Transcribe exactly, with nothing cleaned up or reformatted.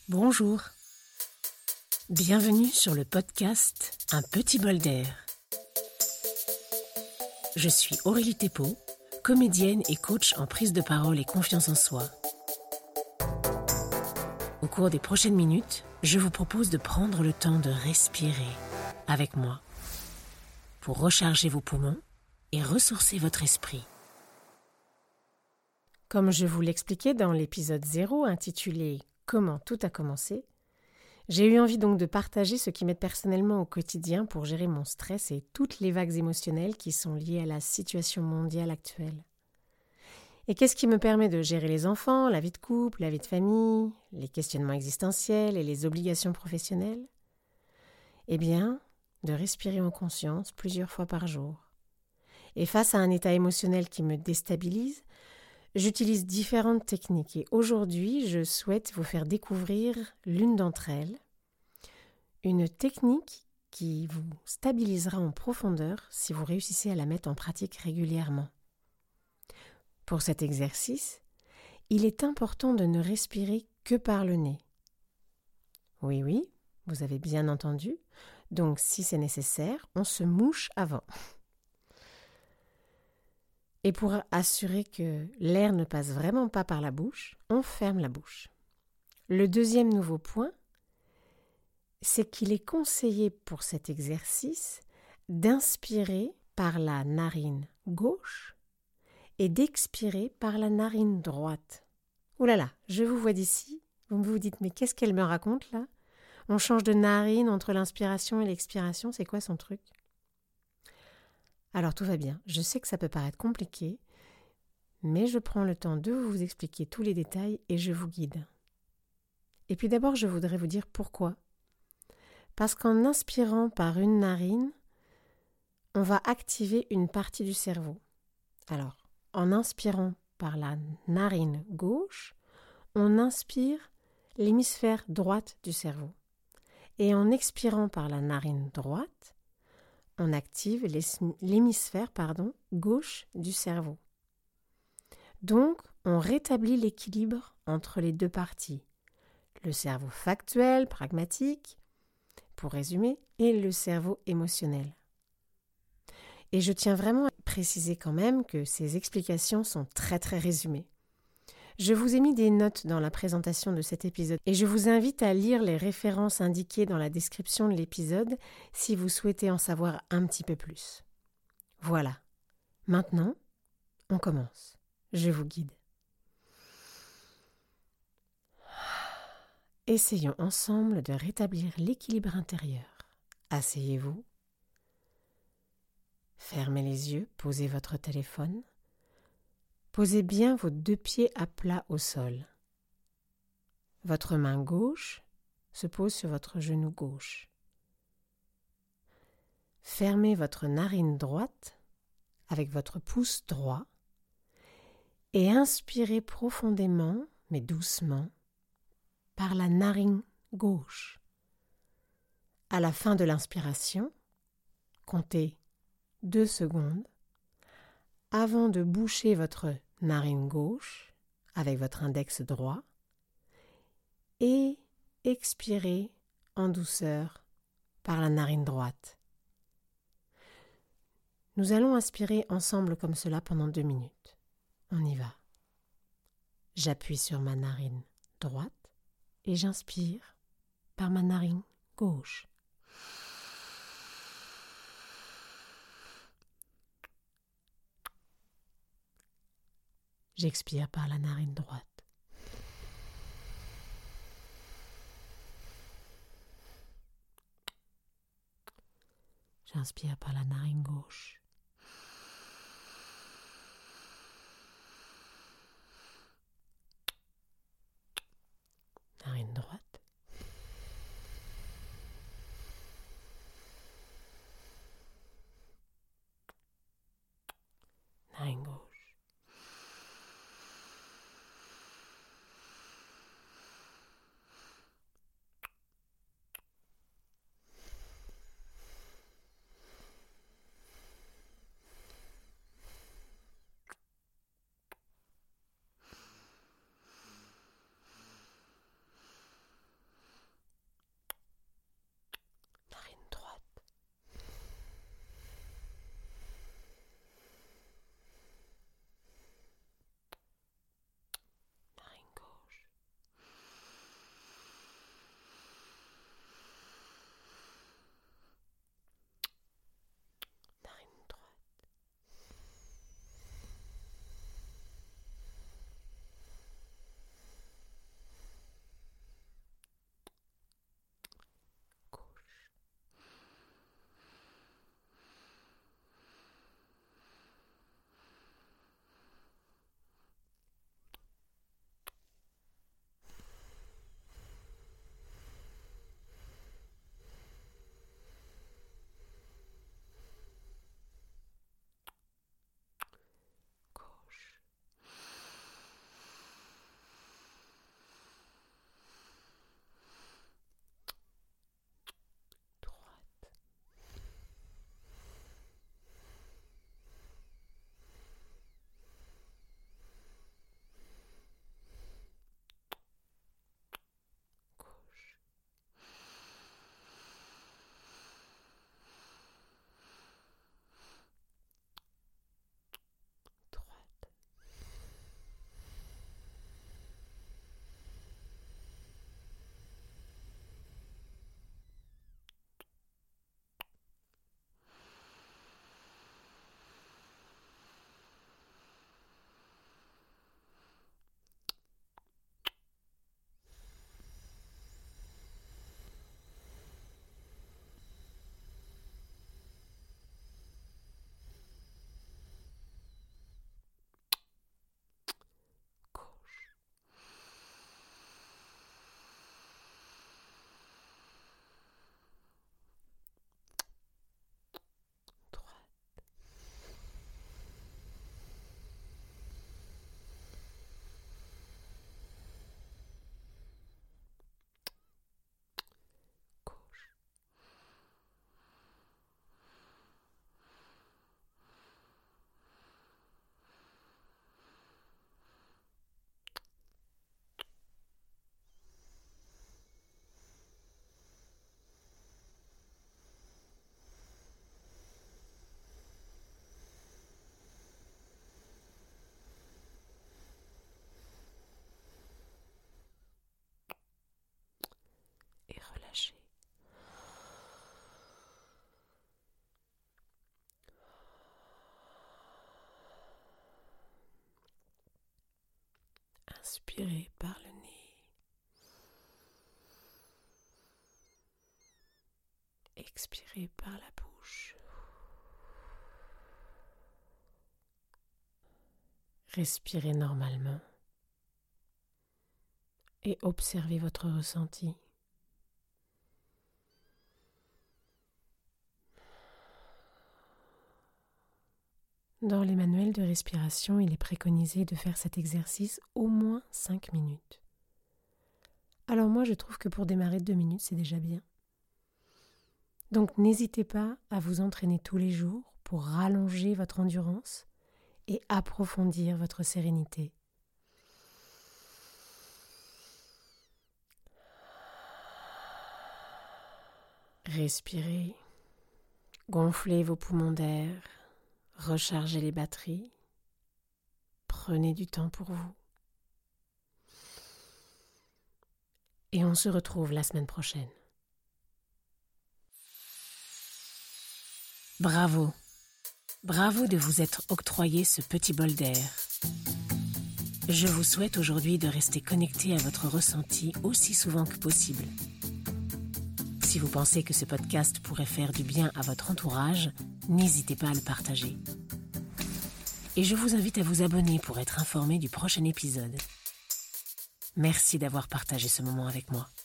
Bonjour, bienvenue sur le podcast Un petit bol d'air. Je suis Aurélie Thépeau, comédienne et coach en prise de parole et confiance en soi. Au cours des prochaines minutes, je vous propose de prendre le temps de respirer avec moi pour recharger vos poumons et ressourcer votre esprit. Comme je vous l'expliquais dans l'épisode zéro intitulé « Comment tout a commencé ?», j'ai eu envie donc de partager ce qui m'aide personnellement au quotidien pour gérer mon stress et toutes les vagues émotionnelles qui sont liées à la situation mondiale actuelle. Et qu'est-ce qui me permet de gérer les enfants, la vie de couple, la vie de famille, les questionnements existentiels et les obligations professionnelles ? Eh bien, de respirer en conscience plusieurs fois par jour. Et face à un état émotionnel qui me déstabilise, j'utilise différentes techniques et aujourd'hui, je souhaite vous faire découvrir l'une d'entre elles, une technique qui vous stabilisera en profondeur si vous réussissez à la mettre en pratique régulièrement. Pour cet exercice, il est important de ne respirer que par le nez. Oui, oui, vous avez bien entendu, donc si c'est nécessaire, on se mouche avant. Et pour assurer que l'air ne passe vraiment pas par la bouche, on ferme la bouche. Le deuxième nouveau point, c'est qu'il est conseillé pour cet exercice d'inspirer par la narine gauche et d'expirer par la narine droite. Ouh là là, je vous vois d'ici, vous vous dites mais qu'est-ce qu'elle me raconte là ? On change de narine entre l'inspiration et l'expiration, c'est quoi son truc ? Alors tout va bien, je sais que ça peut paraître compliqué, mais je prends le temps de vous expliquer tous les détails et je vous guide. Et puis d'abord, je voudrais vous dire pourquoi. Parce qu'en inspirant par une narine, on va activer une partie du cerveau. Alors, en inspirant par la narine gauche, on inspire l'hémisphère droite du cerveau. Et en expirant par la narine droite, on active l'hémisphère pardon, gauche du cerveau. Donc, on rétablit l'équilibre entre les deux parties. Le cerveau factuel, pragmatique, pour résumer, et le cerveau émotionnel. Et je tiens vraiment à préciser quand même que ces explications sont très très résumées. Je vous ai mis des notes dans la présentation de cet épisode et je vous invite à lire les références indiquées dans la description de l'épisode si vous souhaitez en savoir un petit peu plus. Voilà. Maintenant, on commence. Je vous guide. Essayons ensemble de rétablir l'équilibre intérieur. Asseyez-vous. Fermez les yeux, posez votre téléphone. Posez bien vos deux pieds à plat au sol. Votre main gauche se pose sur votre genou gauche. Fermez votre narine droite avec votre pouce droit et inspirez profondément, mais doucement, par la narine gauche. À la fin de l'inspiration, comptez deux secondes avant de boucher votre narine gauche avec votre index droit et expirez en douceur par la narine droite. Nous allons inspirer ensemble comme cela pendant deux minutes. On y va. J'appuie sur ma narine droite et j'inspire par ma narine gauche. J'expire par la narine droite. J'inspire par la narine gauche. Narine droite. Narine gauche. Inspirez par le nez. Expirez par la bouche. Respirez normalement et observez votre ressenti. Dans les manuels de respiration, il est préconisé de faire cet exercice au moins cinq minutes. Alors moi, je trouve que pour démarrer deux minutes, c'est déjà bien. Donc n'hésitez pas à vous entraîner tous les jours pour rallonger votre endurance et approfondir votre sérénité. Respirez, gonflez vos poumons d'air. Rechargez les batteries, prenez du temps pour vous. Et on se retrouve la semaine prochaine. Bravo, bravo de vous être octroyé ce petit bol d'air. Je vous souhaite aujourd'hui de rester connecté à votre ressenti aussi souvent que possible. Si vous pensez que ce podcast pourrait faire du bien à votre entourage, n'hésitez pas à le partager. Et je vous invite à vous abonner pour être informé du prochain épisode. Merci d'avoir partagé ce moment avec moi.